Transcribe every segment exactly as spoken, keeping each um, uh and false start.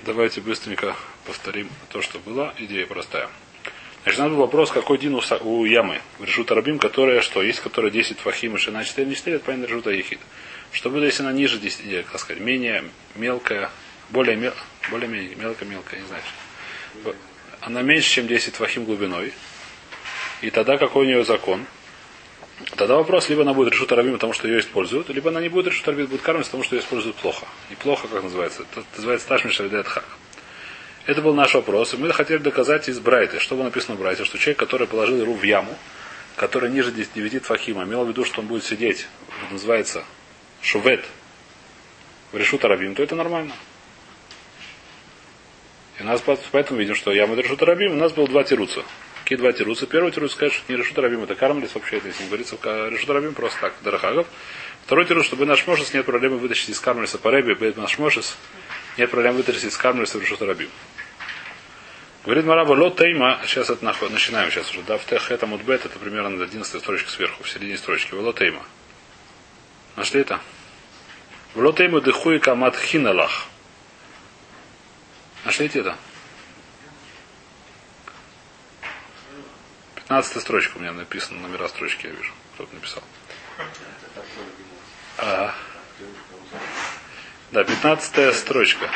Давайте быстренько повторим то, что было. Идея простая. Значит, надо был вопрос, какой дин у, у ямы. В решута рабим, которая что? Есть, которая десять фахим и шина четыре на четыре, это понятно решута ехид. Что будет, если она ниже десяти, как сказать, менее мелкая, более, мел, более мелкая-мелкая, не знаю. Она меньше, чем десять фахим глубиной. И тогда какой у нее закон? Тогда вопрос, либо она будет решута рабим, потому что ее используют, либо она не будет решута рабим, будет кормить, потому что ее используют плохо. И плохо, как называется? Это называется ташмиш алидет хак. Это был наш вопрос, и мы хотели доказать из Брайта. Что было написано в Брайте? Что человек, который положил ру в яму, который ниже девяти тфахима, имел в виду, что он будет сидеть, это называется шувет, в решута рабим, то это нормально. И у нас поэтому видим, что яма решута рабим, у нас было два тируца. Какие два тируца? Первый тируц скажет, что не решута рабим, это кармлис вообще, это если не говорится, решута рабим просто так, дарахагов. Второй тируц, чтобы наш мошес нет проблемы вытащить из кармлиса по рэбе, бед наш мошес, нет проблем вытащить из кармлиса в решута рабим. Говорит Мараба, ло тейма, сейчас это наход, начинаем сейчас уже, да, в тех это мудбет, это примерно одиннадцатая строчка сверху, в середине строчки, ло тейма. Нашли это? Ло тейма дыхуй камат хиналах. Нашли это? Пятнадцатая строчка у меня написана, номера строчки я вижу, кто-то написал. А, да, пятнадцатая строчка.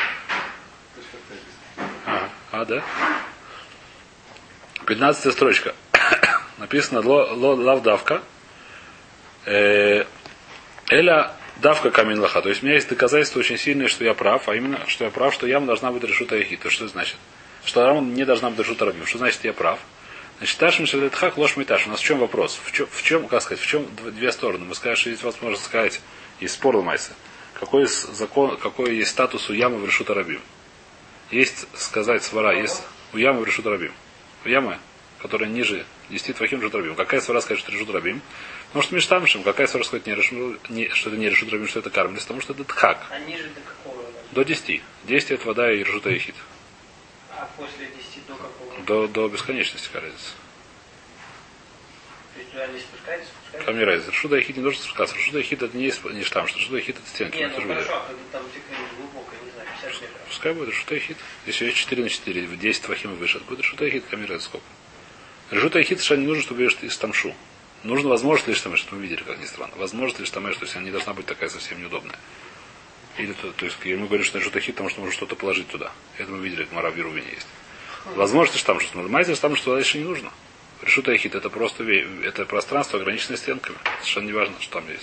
А, а, да? Пятнадцатая строчка. Написано лав давка. Эля давка камин лаха. То есть у меня есть доказательство очень сильное, что я прав, а именно, что я прав, что яма должна быть решута яхид. То что значит? Что яма не должна быть решута рабим. Что значит я прав? Значит, ташим шелет хак, ложь миташ. У нас в чем вопрос? В чем, в чем, как сказать, в чем две стороны? Мы скажем, что есть возможность сказать, есть спор ломайся. Какой закон, какой есть статус у ямы в решута рабим? Есть сказать свара, есть у ямы в решут рабим. У ямы, которая ниже десяти твахим решут рабим. Какая свара скажет, что решут рабим? Потому что миштамшим, какая свара сказать, не решут, не, что это не решут рабим, что это кармлис, потому что это тхак. А ниже до какого? До десяти. десять это вода и решута ехид. А после десяти до какого? До, до бесконечности, кажется. То есть туда не спускается? спускается? Камера, решута ехид не должен спускаться. Решута ехид это не, не штам, что решута ехид это стенки. Не, ну хорошо, а когда там текает глубоко, не знаю, пятьдесят метров. Пускай будет решута ехид. Если есть четыре на четыре, в десять твахим и выше, это будет решута ехид, камера это сколько? Решута ехид совершенно не нужно, чтобы ее из тамшу. Нужно возможность лишь тамш, что мы видели, как ни странно. Возможность лишь тамш, то есть она не должна быть такая совсем неудобная. Или то, то есть мы говорим, что решута ехид, потому что можно что-то положить туда. Это мы видели, как Мара в Ерувине есть. Возможность лишь тамш, что мазер там, что дальше не нужно. Решута ехид это просто это пространство, ограниченное стенками. Совершенно не важно, что там есть.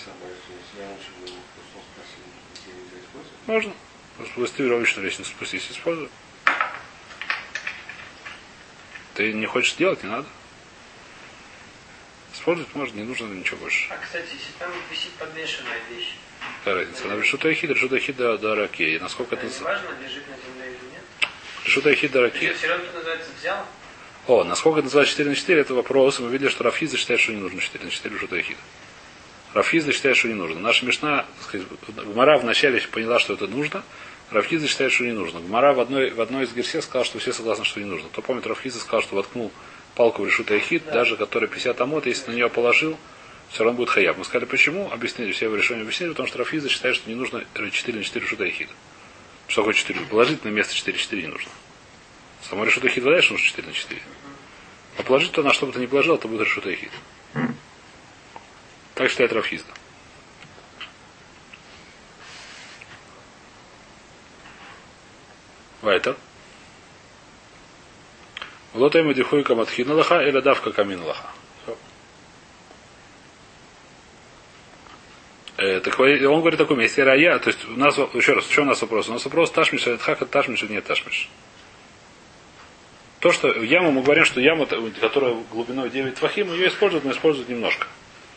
Можно. Спусти веревочную лестницу, спустись, используй. Ты не хочешь делать, не надо. Использовать можно, не нужно ничего больше. А, кстати, если там висит подвешенная вещь. Какая разница? Она решута ехид, решута ехид до раке. Насколько это... Не важно, лежит на земле или нет? Решута ехид до раке. Все равно это называется взял? О, насколько это называется четыре на четыре, это вопрос. Мы видели, что Рафиза считает, что не нужно четыре на четыре решута ехид. Рафиза считает, что не нужно. Наша Мишна, Гмара вначале поняла, что это нужно. Рафиза считает, что не нужно. Гмара в одной, в одной из герсе сказал, что все согласны, что не нужно. Кто помнит, Рафиза сказал, что воткнул палку в решута ехид, да. Даже которая пятьдесят амот, если на нее положил, все равно будет хаяв. Мы сказали, почему? Объяснили, все его решения объяснили, потому что Рафиза считает, что не нужно четыре на четыре решута ехид. Что такое четыре? Положить на место четыре на четыре не нужно. Само решута ехид вода, что нужно четыре на четыре. А положить то, на что бы ты не положил, то будет решута ехид. Так считает Рафиза. Вайтер. Лота ему дихуй каматхина лаха или давка камин лаха. Э, так он говорит такой месте рая, то есть у нас еще раз, что у нас вопрос? У нас вопрос ташмиш, это хак, ташмиш или нет ташмиш. То, что яму, мы говорим, что яма, которая глубиной девять твахим, ее используют, но используют немножко.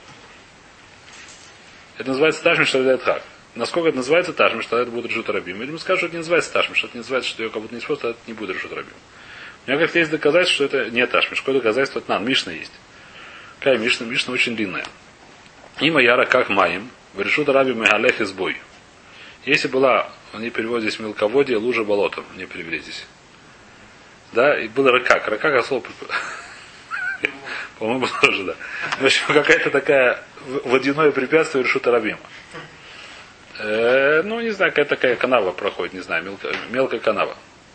Это называется ташмиш, что это хак. Насколько это называется ташмиш, тогда это будет решут рабим. Или мы скажем, что это не называется ташмиш, что это не называется, что ее как будто не используют, тогда это не будет решут рабим. У меня, как есть доказательство, что это не ташмиш. Какое доказательство? Это нам. Мишна есть. Какая Мишна? Мишна очень длинная. Има яра как маем. В решут раби мегалех избой. Если была, они переводят здесь мелководье, лужа болото. Мне перевели здесь. Да, и был ракак. Ракак от слова... По-моему, тоже, да. В общем, какая-то такая водяное препятствие решута рабима. Э, ну, не знаю, какая такая канава проходит, не знаю, мелкая, мелкая канава.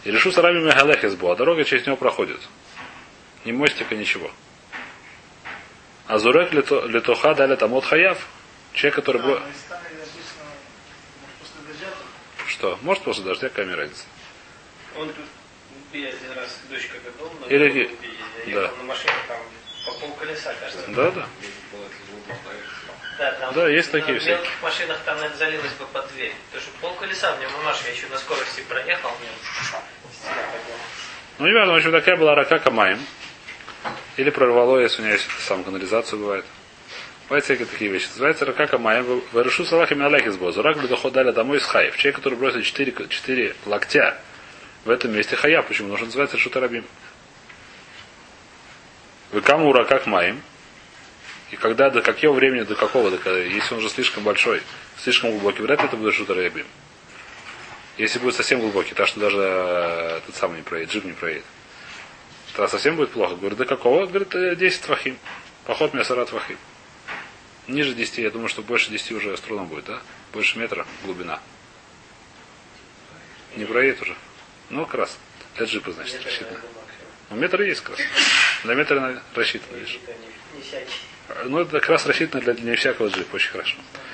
И решу сарами мегалехисбу, а дорога через него проходит. Ни мостика, ничего. А зурек литоха дали тамот хаяв. Человек, который... Бро... Что? Может после дождя, какая разница? Он тут один раз дочь когда был, но Или... я да. на машине там по полколеса, кажется. Да, да. Да, там да, есть на такие в все. мелких машинах там, наверное, залилось бы под дверь. Потому что полколеса в нем мамаша, я еще на скорости проехал, мне ну, не важно, в общем, такая была рака камаем. Или прорвало, если у меня есть сам канализацию бывает. Бывают всякие такие вещи. Называется рака камаем. Вырушу салахами алехисбо. Зурак бы доход дали домой из хаев. Человек, который бросил четыре локтя в этом месте хая. Почему? Потому что называется решут арабим. Выкаму рака камаем. И когда, до какого времени, до какого, до, если он уже слишком большой, слишком глубокий, вряд ли это будет решут арабим. Если будет совсем глубокий, так что даже этот самый не проедет, джип не проедет. Тогда совсем будет плохо. Говорит, до какого? Говорит, десять твахим. Поход мясора твахим. Ниже десяти, я думаю, что больше десяти уже с трудом будет, да? Больше метра глубина. Не проедет уже. Ну, как раз. Для джипа, значит, рассчитано. Ну, метр есть как раз. Для метра рассчитано, видишь. Ну, это как раз рассчитано для не всякого джипа. Очень хорошо.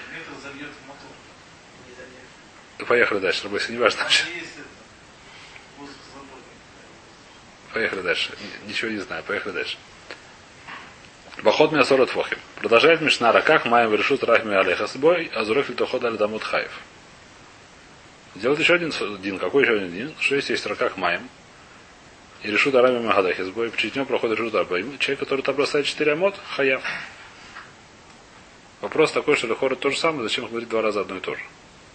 Поехали дальше, Рабойся, не важно. Поехали дальше. Ничего не знаю, поехали дальше. Бахот мясора твохим. Продолжает Мишна раках маем решут рахми алеха собой, а зурек ли тоход али дамут хаев. Делает еще один дин. Какой еще один дин? Что есть есть раках маем. И решут арами махадахи сбой. Через него проходит решут арбаим. Человек, который там бросает четыре амот, хаяв. Вопрос такой, что лихора то же самое. Зачем говорить два раза одно и то же?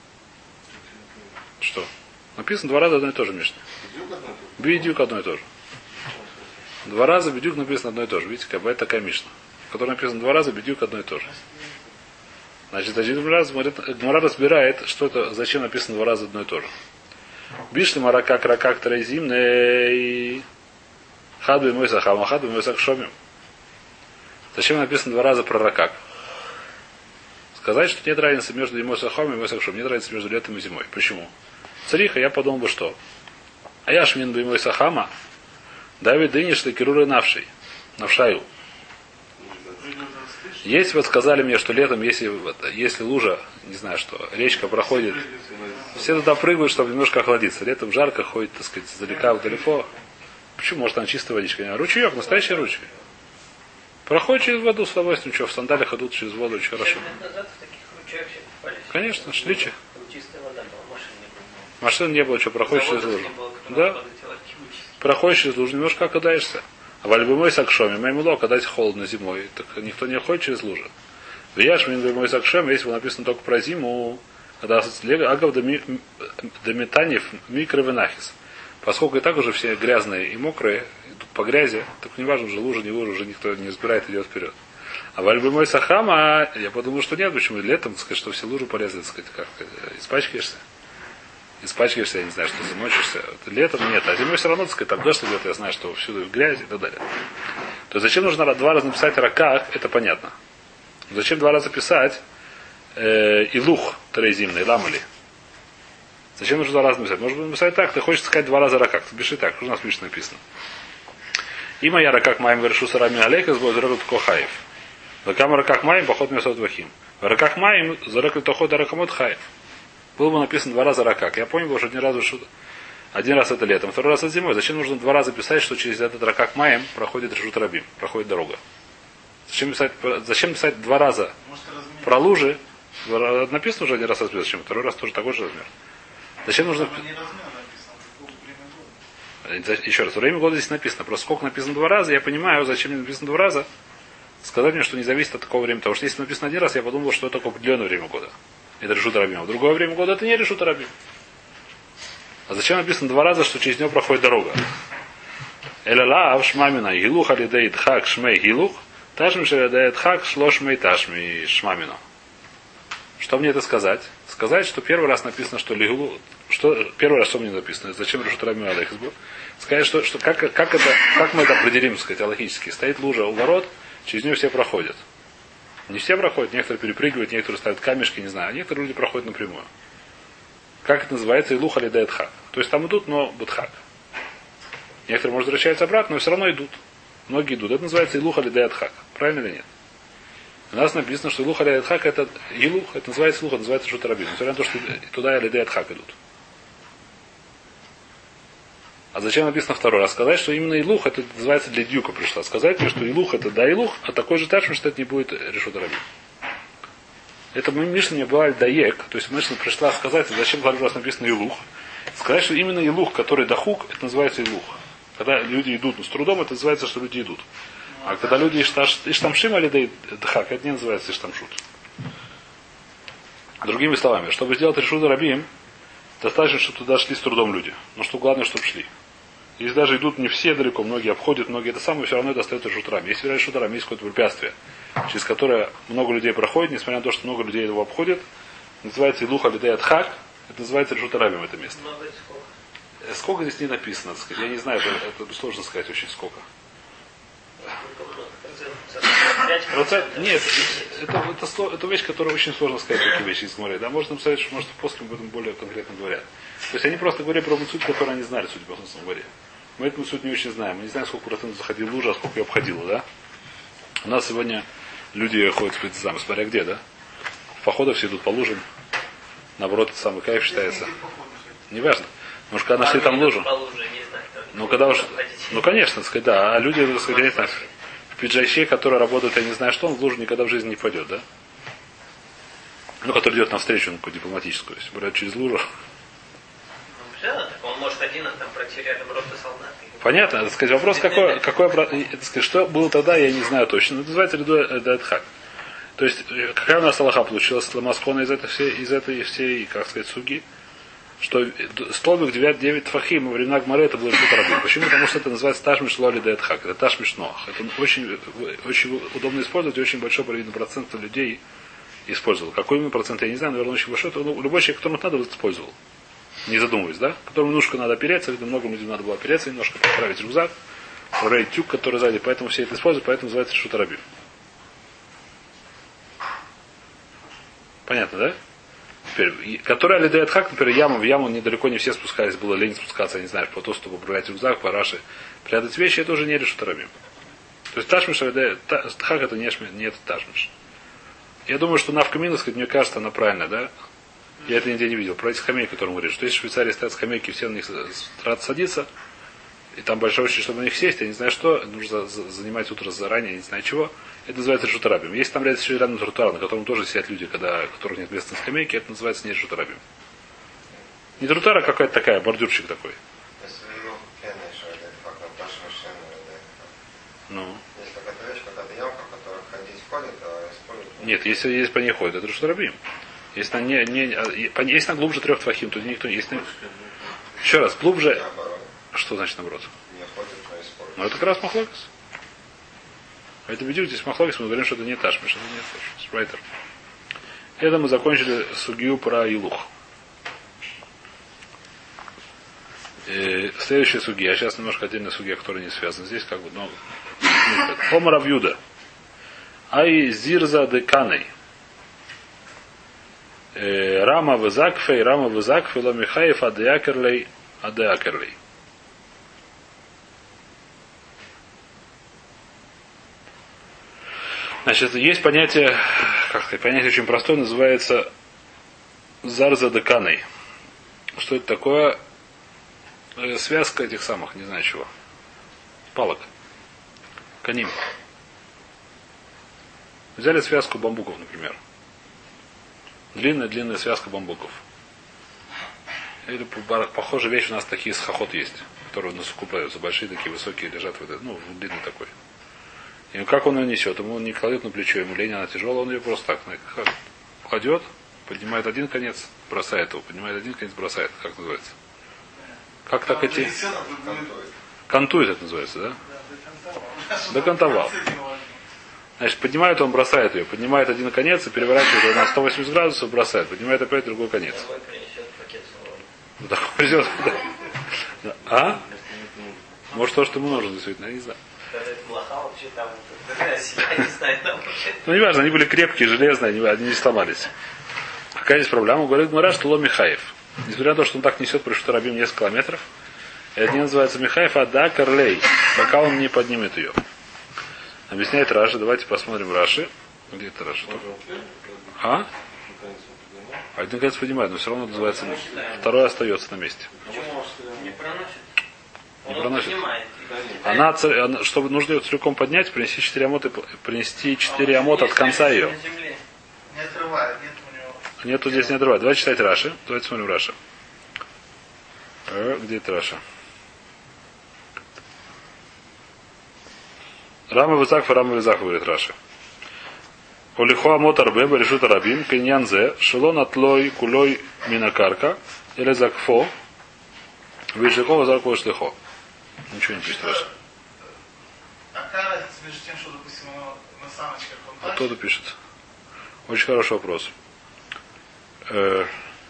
Что? Написано два раза одно и то же, Мишна. Бедюк одно и то же. Два раза бедюк написано одно и то же. Видите, как бы это такая Мишна. В которой написано два раза бедюк одно и то же. Значит, один раз Гмара разбирает, что это, зачем написано два раза одно и то же. Бишли маракак ракак трейзимный хадби мой сахам, хадби мой сахшомим. Зачем написано два раза про ракак? Сказать, что нет разницы между мой сахом и мой сахшом. Нет разницы между летом и зимой. Почему? Цариха, я подумал бы, что а я шмин бы мой сахама Давид Дыниш Кируры Навший. Навшаю. Если вот сказали мне, что летом, если, если лужа, не знаю что, речка проходит, все туда прыгают, чтобы немножко охладиться. Летом жарко, ходит, так сказать, издалека, далеко. Почему? Может, там чистая водичка? Ручеек, настоящий ручей. Проходит через воду с удовольствием, что в сандалях идут через воду, очень хорошо. Конечно, шличи. Машин не было, что проходишь через лужу. Да? Проходишь через лужу, немножко окадаешься. А в альбомой сакшоме, моему ло, когда холодно зимой, так никто не ходит через лужу. В яшмин альбомой сакшем, если было написано только про зиму, когда агав дометанев микровенахис. Поскольку и так уже все грязные и мокрые, идут по грязи, так не важно, уже лужа, не лужа, уже никто не разбирает, идет вперед. А в альбомой сахама, я подумал, что нет, почему летом, так сказать, что все лужи полезли, так сказать, как испачкаешься. Испачкаешься, я не знаю, что замочишься. Летом нет, а зимой все равно, так сказать, там дождь идет, я знаю, что всюду в грязи и так далее. То есть зачем нужно два раза написать раках, это понятно. Зачем два раза писать э, илух трезимный, ламали? Зачем нужно два раза написать? Может быть, написать так, ты хочешь сказать два раза раках, пиши так, что у нас Мишна написано. И моя раках маем вершу сарами алейка сбой зарекут кохаев. Вакам раках маем поход мясот вахим. В раках маем зарекут тоход ракамот хаев. Было бы написано два раза ракак. Я понял, что один раз, что один раз это летом, второй раз это зимой. Зачем нужно два раза писать, что через этот ракак маем проходит решут рабим, проходит дорога? Зачем писать, зачем писать два раза про лужи? Написано уже один раз размер, зачем? Второй раз тоже такой же размер. Зачем нужно... Еще раз, время года здесь написано. Просто сколько написано два раза, я понимаю, зачем мне написано два раза. Сказать мне, что не зависит от такого времени. Потому что если написано один раз, я подумал, что это только определенное время года. Это решут рабим. А в другое время года это не решут рабим. А зачем написано два раза, что через него проходит дорога? Элалав шмамина гилух алидей дхак шмей гилух ташми шалидей дхак шло шмей ташми шмамина. Что мне это сказать? Сказать, что первый раз написано, что лигулу, что первый раз что мне написано, зачем решут рабим алейхисбу? Сказать, что, что как, как это, как мы это определим, сказать, логически. Стоит лужа у ворот, через нее все проходят. Не все проходят, некоторые перепрыгивают, некоторые ставят камешки, не знаю, а некоторые люди проходят напрямую. Как это называется? Илуха лидает хак. То есть там идут, но будхак. Некоторые, может, возвращаются обратно, но все равно идут. Многие идут. Это называется илуха лидеят хак. Правильно или нет? У нас написано, что илуха лидеят хак это илух, это называется илух, это называется шутарабим. Несмотря на то, что туда и лидеят хак идут. А зачем написано второй раз? Сказать, что именно илух, это называется для дюка пришла. Сказать мне, что илух это да илух, а такой же ташмиш, что это не будет решутарабим. Это Мишна не была даек, то есть Мишна пришла сказать, зачем у вас написано илух. Сказать, что именно илух, который дахук, это называется илух. Когда люди идут ну, с трудом, это называется, что люди идут. А когда люди иштамшим или дхак, это не называется иштамшут. Другими словами, чтобы сделать решут рабим, достаточно, чтобы туда шли с трудом люди. Но что главное, чтобы шли. Если даже идут не все далеко, многие обходят, многие это самое, все равно это остается решут рабим. Если решут рабим есть какое-то препятствие, через которое много людей проходит, несмотря на то, что много людей его обходит, называется илух алидеят хак, это называется решут рабим это место. Сколько здесь не написано, так сказать. Я не знаю, это, это сложно сказать очень сколько. Процент? Нет, это, это, это вещь, которую очень сложно сказать, такие вещи из Гмары. Да, можно написать, что может после об этом более конкретно говорят. То есть они просто говорят про суть, которую они знали, судя по собственному говоре. Мы эту суть не очень знаем. Мы не знаем, сколько процентов заходила лужа, а сколько ее обходила, да? У нас сегодня люди ходят в спецзам, смотря где, да? В походах все идут по лужам. Наоборот, это самый кайф считается. Неважно. Может, когда нашли там лужу. Ну, когда уж. Ну, конечно, сказать, да. А люди, так сказать, я не знаю, в пиджаке, который работает, я не знаю, что он в лужу никогда в жизни не пойдет, да? Ну, который идет навстречу, ну, какую дипломатическую. Если брать через лужу. Ну, так он может один там пройти рядом рота солдат. Понятно, так сказать, вопрос какой, какой так сказать, что было тогда, я не знаю точно. Это называется лидуэдхак. То есть, какая у нас Аллаха получилась ламаскона из этой всей, из этой всей, как сказать, суги, что столбик девять тфахим во времена Гмары это было шутарабим. Почему? Потому что это называется ташмиш лоли дедхак. Это ташмиш ноах. Это очень, очень удобно использовать, и очень большой половина процента людей использовал. Какой именно процент, я не знаю, наверное, очень большой. Ну, любой человек, которому надо, использовал. Не задумываясь, да? Которому немножко надо опереться, видно, многим людям надо было опереться, немножко поправить рюкзак, проверить тюк, который сзади, поэтому все это используют, поэтому называется шутарабим. Понятно, да? Теперь, которая лидает хак, например, яму, в яму недалеко не все спускались, было лень спускаться, я не знаю, по то, чтобы управлять рюкзак, по раше, прятать вещи, это уже не решутарабим. То есть ташмиш, хак это не, не это ташмиш. Я думаю, что навка минус, мне кажется, она правильная, да? Я это нигде не видел. Про эти скамейки, которые мы говорим, что если в Швейцарии стоят скамейки, все на них стараются садиться, и там большая очередь, чтобы на них сесть, я не знаю что, нужно занимать утро заранее, я не знаю чего. Это называется решутарабим. Есть там рядом еще рядом тротуар, на котором тоже сидят люди, когда, у которых нет места на скамейке, это называется не решутарабим. Не тротуар, а какая-то такая, бордюрчик такой. Ну. Нет, если есть по ней ходит, это решутарабим. Если на, не, не, если на глубже трех твахим, то никто не есть. Еще раз, глубже. Что значит наоборот? Ну это как раз махлокис. А это видите, здесь махлокис, мы говорим, что это не ташмиш, это не спрайтер. Это мы закончили сугию про илух. И следующая сугия. Сейчас немножко отдельная сугия, которая не связана. Здесь как бы, ну, Хома Равьюда. Ай зирза деканой. Рама вызакфей, рама вызакфей, ломихаев, адеакерлей, адеакерлей. Значит, есть понятие, как сказать, понятие очень простое, называется зарза деканой. Что это такое? Связка этих самых, не знаю чего. Палок. Каним. Взяли связку бамбуков, например. Длинная-длинная связка бамбуков. Или похожая вещь у нас такие схохот есть, которые у нас купаются, большие такие, высокие, лежат в этой, ну, длинный такой. И как он ее несет? Ему он не кладет на плечо, ему лень, она тяжелая, он ее просто так кладет, поднимает один конец, бросает его, поднимает один конец, бросает. Как называется? Как так идти? Кантует это называется, да? Докантовал. Значит, поднимает, он бросает ее, поднимает один конец и переворачивает ее на сто восемьдесят градусов, бросает, поднимает опять другой конец. Так придет. А? Может, то, что ему нужно, действительно, я не знаю. Ну, не важно, они были крепкие, железные, они не сломались. Какая здесь проблема? Говорит Гмара, что Ло Михаев. Несмотря на то, что он так несет, при что рабим несколько километров, Это не называется Михаев, а да Карлей, пока он не поднимет ее. Объясняет Раши. Давайте посмотрим Раши. Где это Раши? А? А это наконец поднимает, но все равно называется. Второй остается на месте. Не проносит? Не проносит. Она, она, чтобы нужно ее целиком поднять, принести четыре амота, принести четыре амота от конца ее. Не отрывает, нет у него. Нету здесь не отрывает. Давайте читать Раши. Давайте смотрим Раши. Где это Раша? Рама Визах, Рама Визах, говорит Раши. Олихуа мотар беба решут арабим, кеньянзе, шелон атлой кулой минакарка, или закфо, вишлеко вазарку шлихо. Ничего не пишет Раши. А какая разница между тем, что, допустим, на самочках он тащит? Кто-то пишет. Очень хороший вопрос. Э...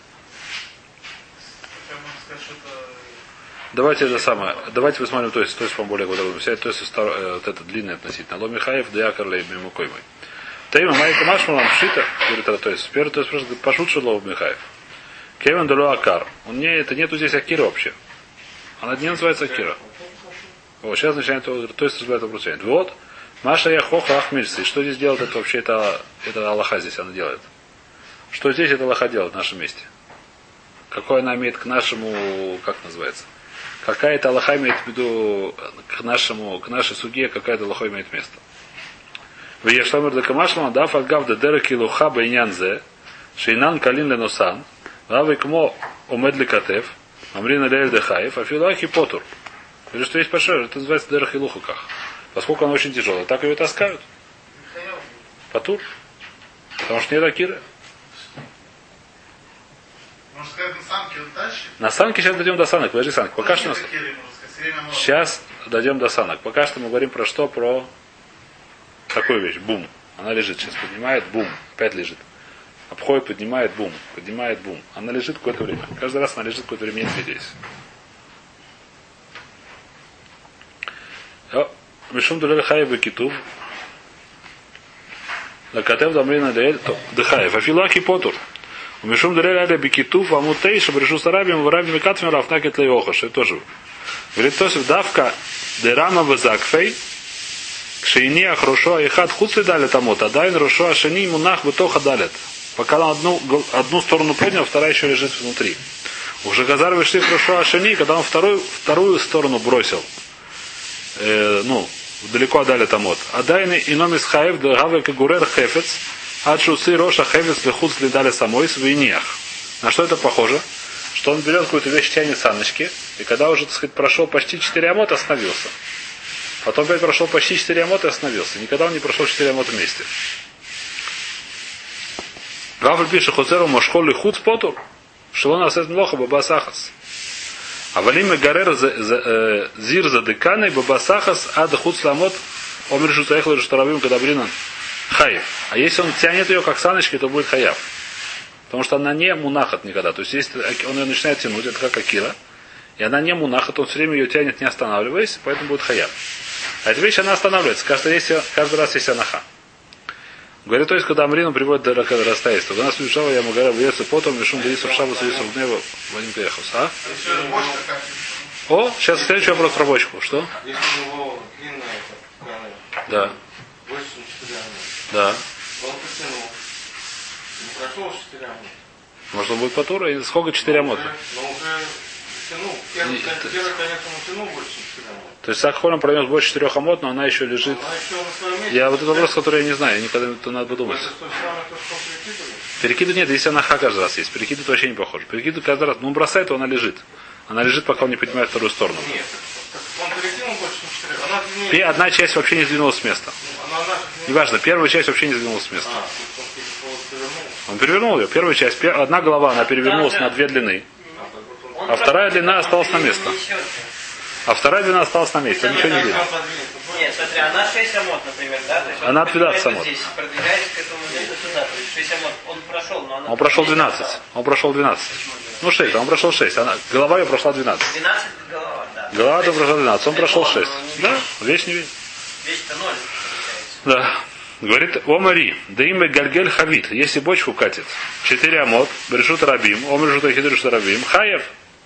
Давайте это самое. Давайте посмотрим, то есть, то есть, по более подробно. Взять, то есть, старо, э, вот это длинное относительно. Ло Михаев, Деякарлей, Мимукоймой. Тейма Майка Машмалам Шита, говорит, то есть, первый, то есть, просто пошут Шилов Михаев. Кевин Дело Акар. Он не, это нету здесь Акира вообще. Она не называется Акира. Вот, сейчас начинает, то есть, разбирает вопрос. Вот, Маша Яхоха Ахмильцы. Что здесь делает это вообще, это, это Аллаха здесь она делает. Что здесь это Аллаха делает в нашем месте? Какое она имеет к нашему, как называется? Какая-то Аллаха имеет в виду к нашему, к нашей суге, какая-то Аллаха имеет место. В Яшламер Дакамашлама, да, фагав да дереки луха байнянзе, шейнан калин леносан, вавы кмо омедли катев, амрина лель дехаев, афилахи потур. Говорит, что есть большое, это называется дерах и лухаках. Поскольку она очень тяжелая, так ее таскают. Потур. Потому что нет акиры. Можно сказать, на санке он тащит? На санке сейчас дойдем до санок. Подожди, санок. Пока что нас... Сейчас дойдем до санок. Пока что мы говорим про что? Про такую вещь. Бум. Она лежит. Сейчас поднимает. Бум. Опять лежит. Обходит, поднимает. Бум. Поднимает. Бум. Она лежит какое-то время. Каждый раз она лежит какое-то время. Нет здесь. Мишум дулель хаев и китуб. Лакатев дамрина дель дыхаев. Афилаки потур. Умешум дыря аля бикитув, амутей, чтобы решу сарабим, варабим и катмер, афнакет лейоха, что это тоже. Говорит, то есть давка дерама вазакфей, кшейния хрошо айхат хуцли далит амот, а дайн рошо ашени мунах бытоха далит. Пока он одну, одну сторону поднял, вторая еще лежит внутри. Уже Газар вышли хрошо ашени, когда он вторую, вторую сторону бросил, э, ну, далеко далит амот. А дайн иномис хаев, дагаве кагурер хефец, Адшусы Роша Хевец Лехуд следали самой в виньях. На что это похоже? Что он берет какую-то вещь, тянет саночки, и когда уже, так сказать, прошел почти четыре амота, остановился. Потом опять прошел почти четыре амота и остановился. Никогда он не прошел четыре амота вместе. Гафль пишет, Хуцеру Мошхоли Худ Потур, Шилона Асет Млоха Бабасахас. А Валиме Гарер Зир Задыканой Бабасахас Ад Худ Сламот Омер Жутаехла Жутаравим Кадабринан. Хаев. А если он тянет ее как саночки, то будет хаяв. Потому что она не мунахат никогда. То есть, если он ее начинает тянуть, это как акира, и она не мунахат, он все время ее тянет, не останавливаясь, поэтому будет хаяв. А эта вещь, она останавливается. Каждый, если, каждый раз есть анаха. Говорит, то есть, когда Амрину приводит до растаистства. У нас решала, я могу говорить, потом, решим, да есть шабу, садись в гнева, Вадим Каяхус. А? О, сейчас следующий вопрос про бочку. Что? Да. Да. Он потянул. Не прошел четыре амота. Может, он будет потура? И сколько четыре амота? Но уже тянул. Первый, и, первый конечно, он тянул больше четыре амота. То есть Саххолем пронес больше четырех амот, но она еще лежит. Она еще на своем месте. Я вот этот вопрос, который я не знаю, никогда это надо подумать. Это то же самое, то, что он перекидывает? Перекидывать нет, если она каждый раз есть. Перекидывать вообще не похоже. Перекидывать каждый раз. Ну, он бросает, то она лежит. Она лежит, пока он не поднимает вторую сторону. Нет, он перекинул больше, чем четыре. Она длиннее. Одна часть вообще не сдвинулась с места. Неважно, первая часть вообще не сдвинулась с места. Он перевернул ее. Первая часть, одна голова, она перевернулась на две длины. А вторая длина осталась на место. А вторая длина осталась на месте. Он ничего не видит. Нет, смотри, она шесть амот, например, да? То есть она двенадцать амот. Здесь продвигается к этому месту сюда. То есть шесть амот. Он прошел, но она... Он прошел двенадцать. Он прошел двенадцать. Ну шесть, а он прошел шесть. Она, голова ее прошла двенадцать. двенадцать голова, да. Голова ее прошла двенадцать. Он прошел шесть. Да, вещь не видит. Вещь-то ноль. Да. Говорит, Омари, да имя Гальгель Хавит, если бочку катит, четыре амот, Берешут Рабим, Омар Жута Хидрушут Рабим, Хаев,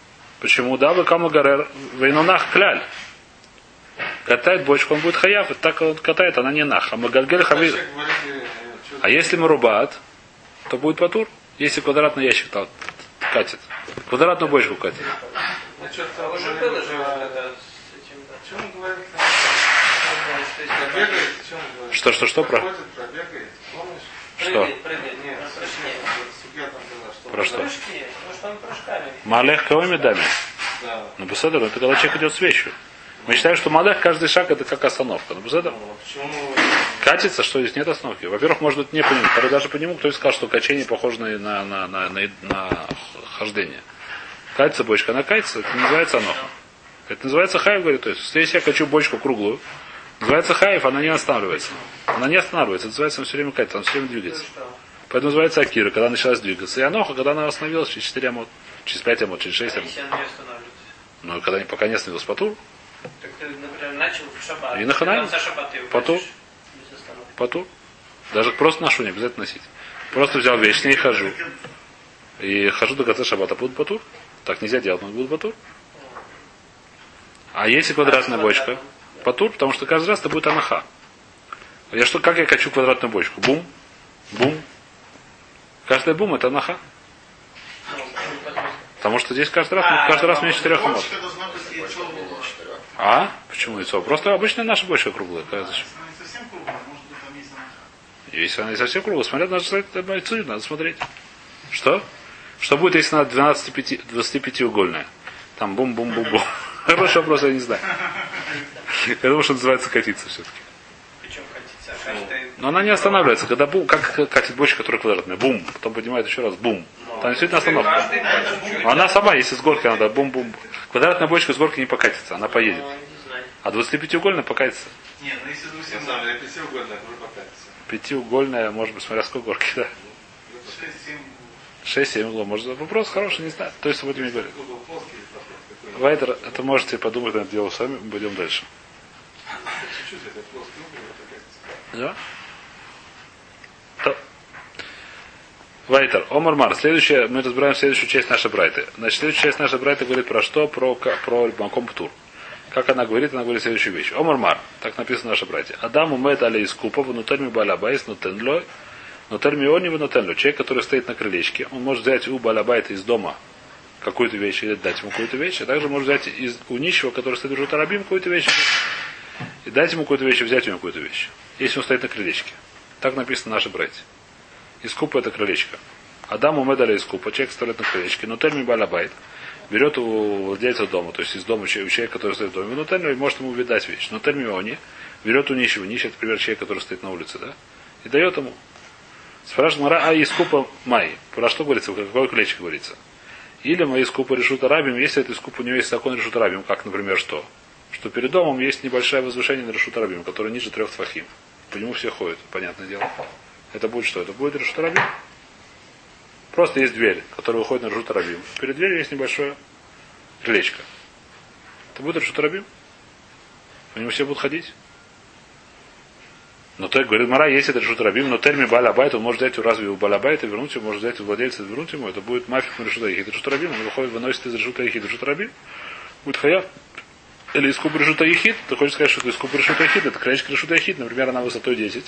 Почему? Да, вы камагарер вейнунах кляль. Катает бочку, он будет хаяв. И так он катает, она не нах. А магальгель хави. А если марубат, то будет патур. Если квадратный ящик там катит. Квадратную бочку катит. Уже было же вот это с этим, да. Что он говорит? Бегает, Что, что, что про? Проходит, пробегает. Помнишь? Что? Прыгает, прыгает. Нет, На прыжке. судья там была, что Про что? Прыжки. Ну что он прыжками. Малех кого медами? Да. Ну, беседер, это когда человек идет с вещью. Мы считаем, что малех каждый шаг это как остановка. Ну, беседер. Ну, почему? Катится, что здесь нет остановки. Во-первых, может быть, не по нему. Второй даже по нему, кто сказал, что качение похоже на, на, на, на, на, на хождение. Катится бочка, она катится, это называется аноха. Это называется хаев, говорит. То есть, если я качу бочку круглую, называется хаев, она не останавливается. Она не останавливается, это называется, она все время катится, она все время двигается. Поэтому называется акира, когда началась двигаться. И аноха, когда она остановилась через четыре амот, через пять амот, через шесть амот. Если он не останавливается. Ну, когда пока не остановился патур, Так ты, например, начал в шаббат. И на ханаме. За шаббат ты его Патур. катишь без остановки. патур. Даже просто ношу, не обязательно носить. Просто взял вещь, с ней хожу. И хожу до конца шаббата, буду патур. Так нельзя делать, но буду патур. А если квадратная бочка? Патур, потому что каждый раз это будет анаха. Я что, как я качу квадратную бочку? Бум, бум. Каждая бум это анаха. Потому что здесь каждый раз, А, каждый раз у меня четырех амот. Бочка должна быть яйцо было. А? Почему яйцо? Просто обычная наша бочка круглая. Какая зачем? Она не совсем круглая, может быть там есть анаха. Если она не совсем круглая, смотря, надо смотреть, надо смотреть. Что? Что будет, если она двадцатипятиугольная? Там бум-бум-бум-бум. Хороший вопрос, я не знаю. Я думаю, что называется катиться все-таки. Причем катиться. А каждый... Но она не останавливается. Когда бум, как катит бочка, которая квадратная. Бум. Потом поднимает еще раз. Бум. Там действительно остановка. Каждый бочку. Она сама, если с горки надо, бум-бум. Квадратная бочка с горки не покатится, она поедет. Ну, не знаю. А двадцатипятиугольная покатится. Нет, ну если На двусем самом деле, пятиугольная уже покатится. Пятиугольная, может быть, смотря сколько горки, да. шесть-семь. Шесть-семь углов. Может, вопрос хороший, не знаю. То есть, будем говорить. Угол плоский или плоский? Какой? Вайтер, это можете подумать на это дело сами, пойдем дальше. Чуть-чуть, это плоский угол, это кажется. Да? То. Вайтер, Омар Мар. Следующее, мы разбираем следующую часть нашей брайты. Значит, следующая часть нашей брайты говорит про что? Про, про Маком Птур. Как она говорит? Она говорит следующую вещь. Омар Мар. Так написано в нашей брайте. Адаму мед але искупа, внутрь балабайс, нутенло, нутель миони внутенло. Человек, который стоит на крылечке, он может взять у балабайта из дома какую-то вещь или дать ему какую-то вещь, а также может взять из, у нищего, который стоит уже тарабим, какую-то вещь, и дать ему какую-то вещь, и взять у него какую-то вещь. Если он стоит на крылечке. Так написано в нашей брайте. Искупа это крылечко. Адаму медаля искупа, человек стоит на крылечке, но тельми балабайт, берет у владельца дома, то есть из дома у человека, который стоит в доме, но тельми может ему видать вещь. Но тельми они берет у нищего, нищий это, например, человек, который стоит на улице, да, и дает ему. Спрашивает Мара, а искупа май. Про что говорится, какое колечко говорится? Или мои скупы решут арабим, если это скуп у него есть закон решут арабим, как, например, что? Что перед домом есть небольшое возвышение на решут арабим, которое ниже трех твахим. По нему все ходят, понятное дело. Это будет что? Это будет решут арабим. Просто есть дверь, которая выходит на решут арабим. Перед дверью есть небольшое крылечко. Это будет решут арабим. По нему все будут ходить. Но то, говорит Мара, если это решут рабим, но терми балабайт, он может взять у разве у балабайта, вернуть ему, может взять у владельца, вернуть ему, это будет мафик на решута ехид решут рабим, он выходит, выносит из решута ехид решут рабим, будет хаяв. Или из куб решута ехид, ты хочешь сказать, что это из куб решута ехид, это крылечко решута ехид, например, она высотой десять.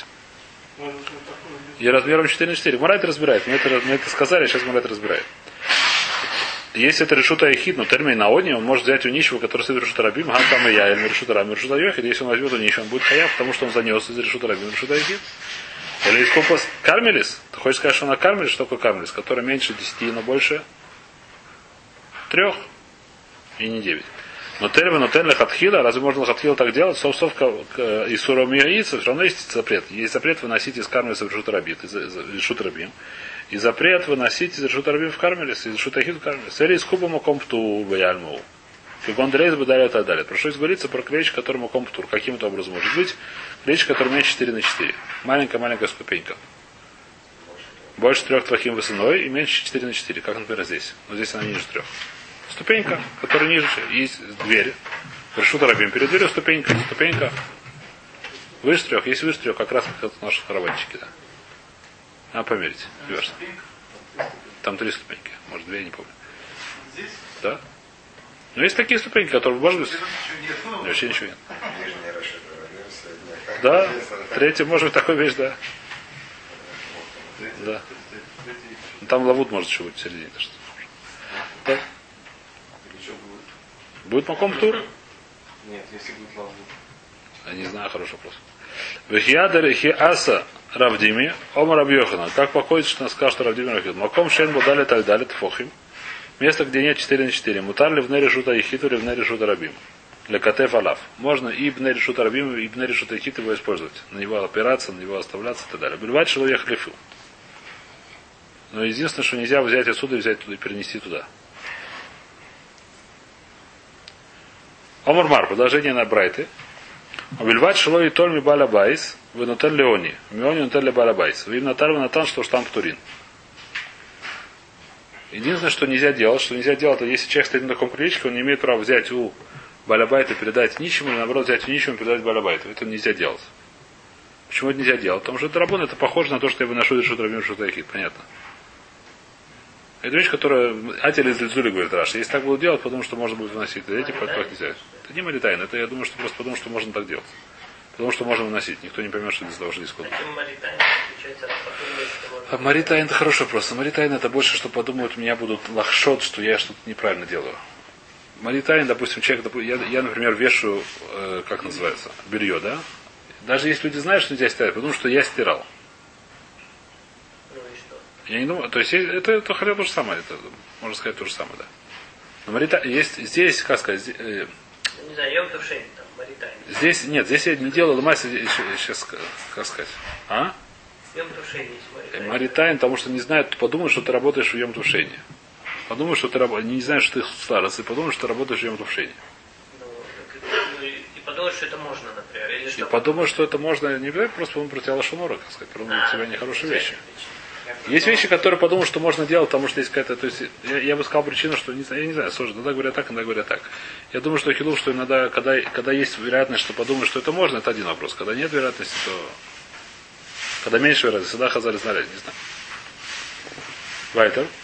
И размером четыре на четыре. Мара это разбирает, мы это, мы это сказали, а сейчас Мара это разбирает. Если это решута ехид, но термин на одни, он может взять у нищего, который стоит решута рабим, гам там и я, или решута рабим, решута ехид, если он возьмет у нищего, он будет хаяв, потому что он занес из решута рабим, решута ехид. Или из купас кармелис, ты хочешь сказать, что она кармелис, что такое кармелис, который меньше десяти, но больше трех и не девять. Но термин, но термин лахатхила, разве можно лахатхила так делать? Собственно, из суром яица все равно есть запрет. Есть запрет выносить из кармелиса в решута рабим, из решута рабим. И запрет выносить из решута рабим в кармелис, из решута ехид в кармелис. Или из куба маком пту баяльму. Фигон дрейз бы далее и так далее. Про что здесь говорится? Про клеечко, который маком птур. Каким это образом может быть? Клеечко, который меньше четыре на четыре. Маленькая-маленькая ступенька. Больше трех твахим высотой и меньше четыре на четыре. Как, например, здесь. Но здесь она ниже трех. Ступенька, которая ниже. Есть дверь. Решута рабим. Перед дверью ступенька. Ступенька. Выше трех. Есть выше трех, как раз как это наши караванчики, да. А померить. Верно. Там три ступеньки. Может, две, я не помню. Здесь? Да? Но есть такие ступеньки, которые можно... Ничего нет. Ну, Вообще ничего нет. Нижняя расширенная версия. Да, третья, может быть, такой вещь, да. Да. Там лавут может еще быть в середине. Что да. Или что будет? Будет маком тур? Нет, если будет лаву. Я не знаю, хороший вопрос. Вехиадер хиаса Равдими, Омар Абьохана. Как походит, что нас сказал, что Равдими Рахид. Маком шен будали тальдали тфохим. Место, где нет четыре на четыре. Мутар ли в нере шута ехиту, ли в нере шута рабим. Для катеф алав. Можно и в нере шута рабим, и в нере шута ехиту его использовать. На него опираться, на него оставляться и так далее. Бельвать шелу я хлефил. Но единственное, что нельзя взять отсюда и взять туда и перенести туда. Омар-мар, продолжение на брайты. Обельвать шело и тольми балабайс, вы нотель леони. Миони нотель балабайс. Вы им наталь натан, что штамп турин. Единственное, что нельзя делать, что нельзя делать, это если человек стоит на таком крылечке, он не имеет права взять у балабайта и передать ничему, или наоборот взять у ничему и передать балабайту. Это нельзя делать. Почему это нельзя делать? Потому что это рабон, это похоже на то, что я выношу решут рабин решут яхид. Понятно. Это вещь, которая Атель из Лизули говорит Раш. Если так будут делать, потому что можно будет выносить. Эти подпах нельзя. Это не маритайн. Это я думаю, что просто потому, что можно так делать. Потому что можно выносить. Никто не поймет, что из-за того, что здесь куда. А маритайн это хороший вопрос. А маритайн это больше, что подумают, меня будут лахшот, что я что-то неправильно делаю. Маритайн, допустим, человек, я, я например, вешаю, э, как называется, белье, да? Даже если люди знают, что нельзя стирать, потому что я стирал. Я не думаю, то есть это, это хотя бы то же самое, это, можно сказать то же самое, да. Но марита, есть здесь, как сказать, здесь, э, не знаю, я там маритайн. Здесь, нет, здесь я не делал мастер, сейчас, как сказать, а? Йом тушение есть маритайн. Маритайн, потому что не знают, подумают, что ты работаешь в йом тушении. Подумают, что ты работаешь, не знают, что ты старость, и подумают, что ты работаешь в йом тушении. Ну, и подумают, что это можно, например, или что? И подумают, что это можно, не обязательно просто подумать про тебя лошонора, как сказать, подумают про тебя нехорошие вещи. Есть вещи, которые подумают, что можно делать, потому что есть какая-то, то есть, я, я бы сказал причину, что, не, я не знаю, слушай, иногда говорят так, иногда говорят так. Я думаю, что хилув, что иногда, когда, когда есть вероятность, что подумают, что это можно, это один вопрос. Когда нет вероятности, то, когда меньше вероятности, всегда хазали знали, не знаю. Вайтер.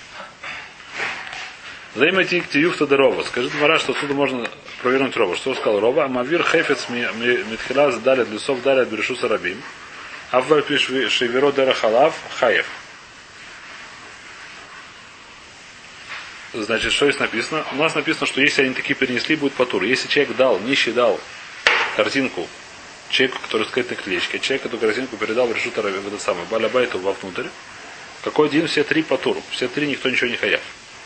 Займайте ктиюфта дорова. Скажи Мара, что отсюда можно провернуть робу. Что сказал роба? Амавир хефец митхила задали для сов дали берешу сарабим. Авваль пиш шеверо дера халав хаев. Значит, что здесь написано? У нас написано, что если они такие перенесли, будет патур. Если человек дал, нищий дал картинку человеку, который скрыт на клетчике, человек эту картинку передал в решута в это самое балабайту вовнутрь, какой день все три патур. Все три никто ничего не хаяв.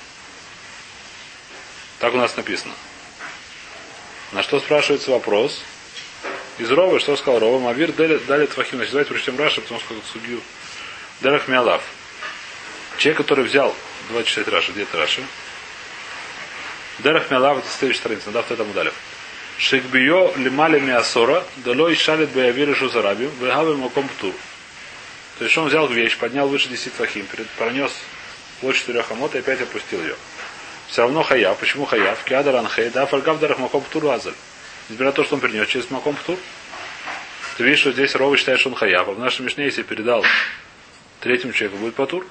Так у нас написано. На что спрашивается вопрос? Из Ровы, что сказал Рова? Мавир дали твахим. Значит, давайте прочтем Раши, потому что судью. Дарах Миалав. Человек, который взял, давайте читать Раши, где это Раши? Дарах Миалав, это следующая страница, надо этому дали. Шикбио лимали миасора, далой шалит беявиры шузарабим, вегавим маком птур. То есть, он взял вещь, поднял выше десяти твахим, пронес площадь четырех амот и опять опустил ее. Все равно хаяв. Почему хаяв? Киадар анхей, да, фаргав дарах маком птур азаль. Несмотря на то, что он принес через маком птур. Ты видишь, что здесь Рова считает, что он хаяв. А в нашем Мишне, если передал третьему человеку, будет патур.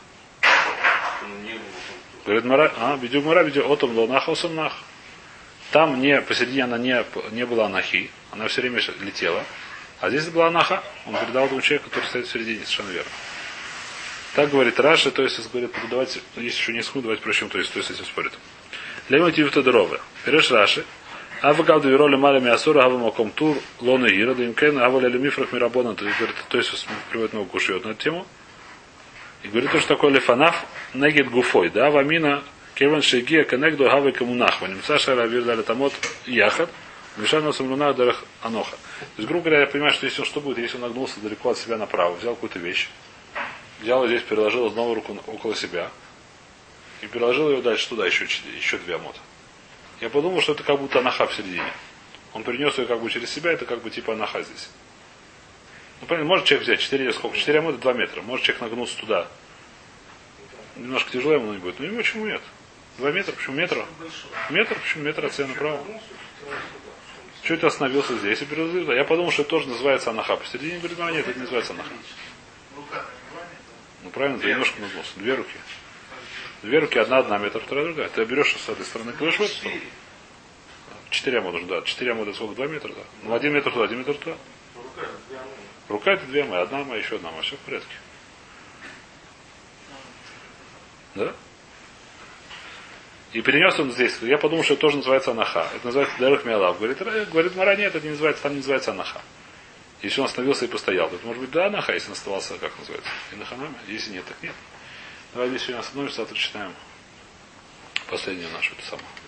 Говорит Мара, а, видю Мара, видю отом лонаха осомнах. Там не, посередине она не, не была анахи, она все время летела. А здесь была анаха, он передал этому человеку, который стоит в середине, совершенно верно. Так говорит Раши, то есть, говорит, давайте, есть еще несколько, давайте прочтем, то есть, кто с этим спорит. Лема тивта дрова. Переш Раши. Авгал двироли малями асура, ава маком тур, лоны гира, да имкен, ава ляли мифрах мирабона, то есть, говорит, то есть, приводит много кушает на эту тему. И говорит, то, что такое лефанаф, негет гуфой, да, вамина, кеван шегия, конегду, гавы комунах, ваним саша, равир дали тамот, яхат, мешано сумлунах, дарах аноха. То есть, грубо говоря, я понимаю, что если он что будет, если он нагнулся далеко от себя направо, взял какую-то вещь, взял ее здесь, переложил снова руку около себя, и переложил ее дальше туда, еще, еще две амота. Я подумал, что это как будто анаха в середине. Он перенес ее как бы через себя, это как бы типа анаха здесь. Ну, понятно, может человек взять четыре, сколько? четыре амота, два метра. Может человек нагнулся туда. Немножко тяжело ему не будет. Ну, почему нет? два метра, почему метра? Метр, почему метр от себя направо? Чуть остановился здесь и переложил. Я подумал, что это тоже называется анаха. Посередине говорит, ну, нет, это не называется анаха. Ну, правильно, ты немножко нагнулся. Две руки. Две руки, одна одна метр, вторая другая. Ты берешь с этой стороны, кладешь в эту сторону. четыре амода нужно, да. четыре амода сколько? два метра, да? Ну, один метр туда, один метр туда. Рука это две амы. Рука это две амы, одна ама, еще одна ама. Все в порядке. Да? И перенес он здесь. Я подумал, что это тоже называется анаха. Это называется дарух миалав. Говорит, говорит Мара, нет, это не называется, там не называется анаха. Если он остановился и постоял, то это может быть да анаха, если он оставался, как называется, инаханами. Если нет, так нет. Давай здесь сегодня остановимся, завтра читаем последнюю нашу, это самое.